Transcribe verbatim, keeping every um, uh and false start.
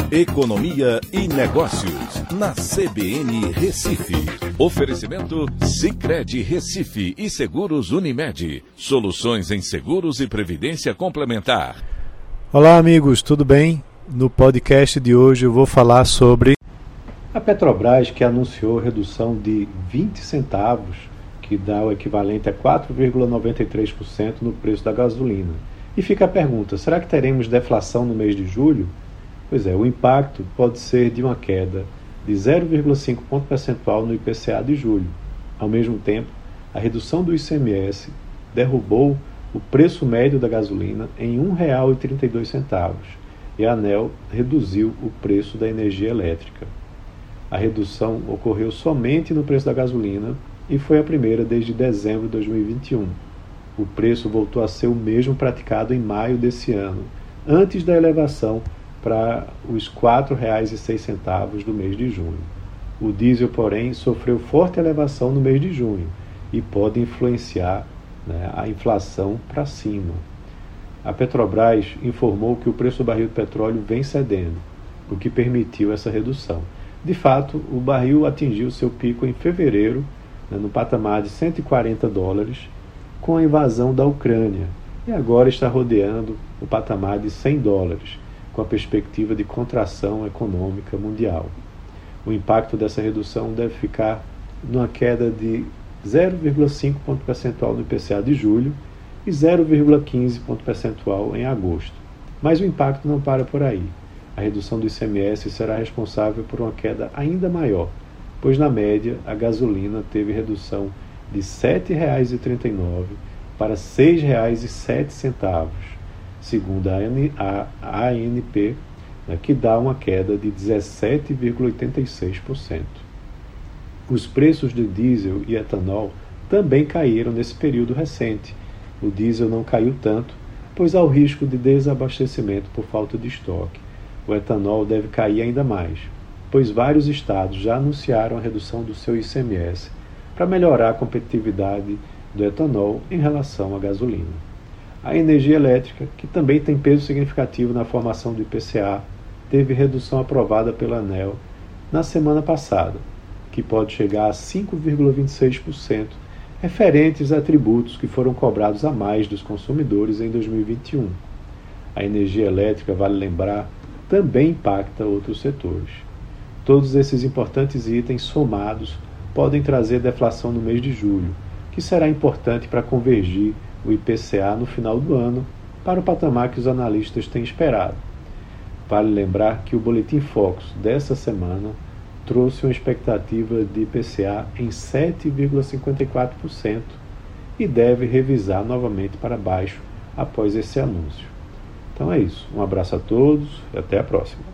Economia e Negócios, na C B N Recife. Oferecimento Sicredi Recife e Seguros Unimed. Soluções em seguros e previdência complementar. Olá amigos, tudo bem? No podcast de hoje eu vou falar sobre a Petrobras, que anunciou redução de vinte centavos, que dá o equivalente a quatro vírgula noventa e três por cento no preço da gasolina. E fica a pergunta, será que teremos deflação no mês de julho? Pois é, o impacto pode ser de uma queda de zero vírgula cinco ponto percentual no I P C A de julho. Ao mesmo tempo, a redução do I C M S derrubou o preço médio da gasolina em um real e trinta e dois centavos e a ANEEL reduziu o preço da energia elétrica. A redução ocorreu somente no preço da gasolina e foi a primeira desde dezembro de dois mil e vinte e um. O preço voltou a ser o mesmo praticado em maio desse ano, antes da elevação para os quatro reais e seis centavos do mês de junho. O diesel, porém, sofreu forte elevação no mês de junho e pode influenciar, né, a inflação para cima. A Petrobras informou que o preço do barril de petróleo vem cedendo, o que permitiu essa redução. De fato, o barril atingiu seu pico em fevereiro, né, no patamar de cento e quarenta dólares, com a invasão da Ucrânia, e agora está rodeando o patamar de cem dólares, com a perspectiva de contração econômica mundial. O impacto dessa redução deve ficar numa queda de zero vírgula cinco ponto percentual no I P C A de julho e zero vírgula quinze ponto percentual em agosto. Mas o impacto não para por aí. A redução do I C M S será responsável por uma queda ainda maior, pois na média a gasolina teve redução de sete reais e trinta e nove centavos para seis reais e sete centavos, segundo a A N P, né, que dá uma queda de dezessete vírgula oitenta e seis por cento. Os preços de diesel e etanol também caíram nesse período recente. O diesel não caiu tanto, pois há o risco de desabastecimento por falta de estoque. O etanol deve cair ainda mais, pois vários estados já anunciaram a redução do seu I C M S para melhorar a competitividade do etanol em relação à gasolina. A energia elétrica, que também tem peso significativo na formação do I P C A, teve redução aprovada pela ANEEL na semana passada, que pode chegar a cinco vírgula vinte e seis por cento, referentes a tributos que foram cobrados a mais dos consumidores em dois mil e vinte e um. A energia elétrica, vale lembrar, também impacta outros setores. Todos esses importantes itens somados podem trazer deflação no mês de julho, que será importante para convergir o I P C A no final do ano para o patamar que os analistas têm esperado. Vale lembrar que o Boletim Focus dessa semana trouxe uma expectativa de I P C A em sete vírgula cinquenta e quatro por cento e deve revisar novamente para baixo após esse anúncio. Então é isso. Um abraço a todos e até a próxima.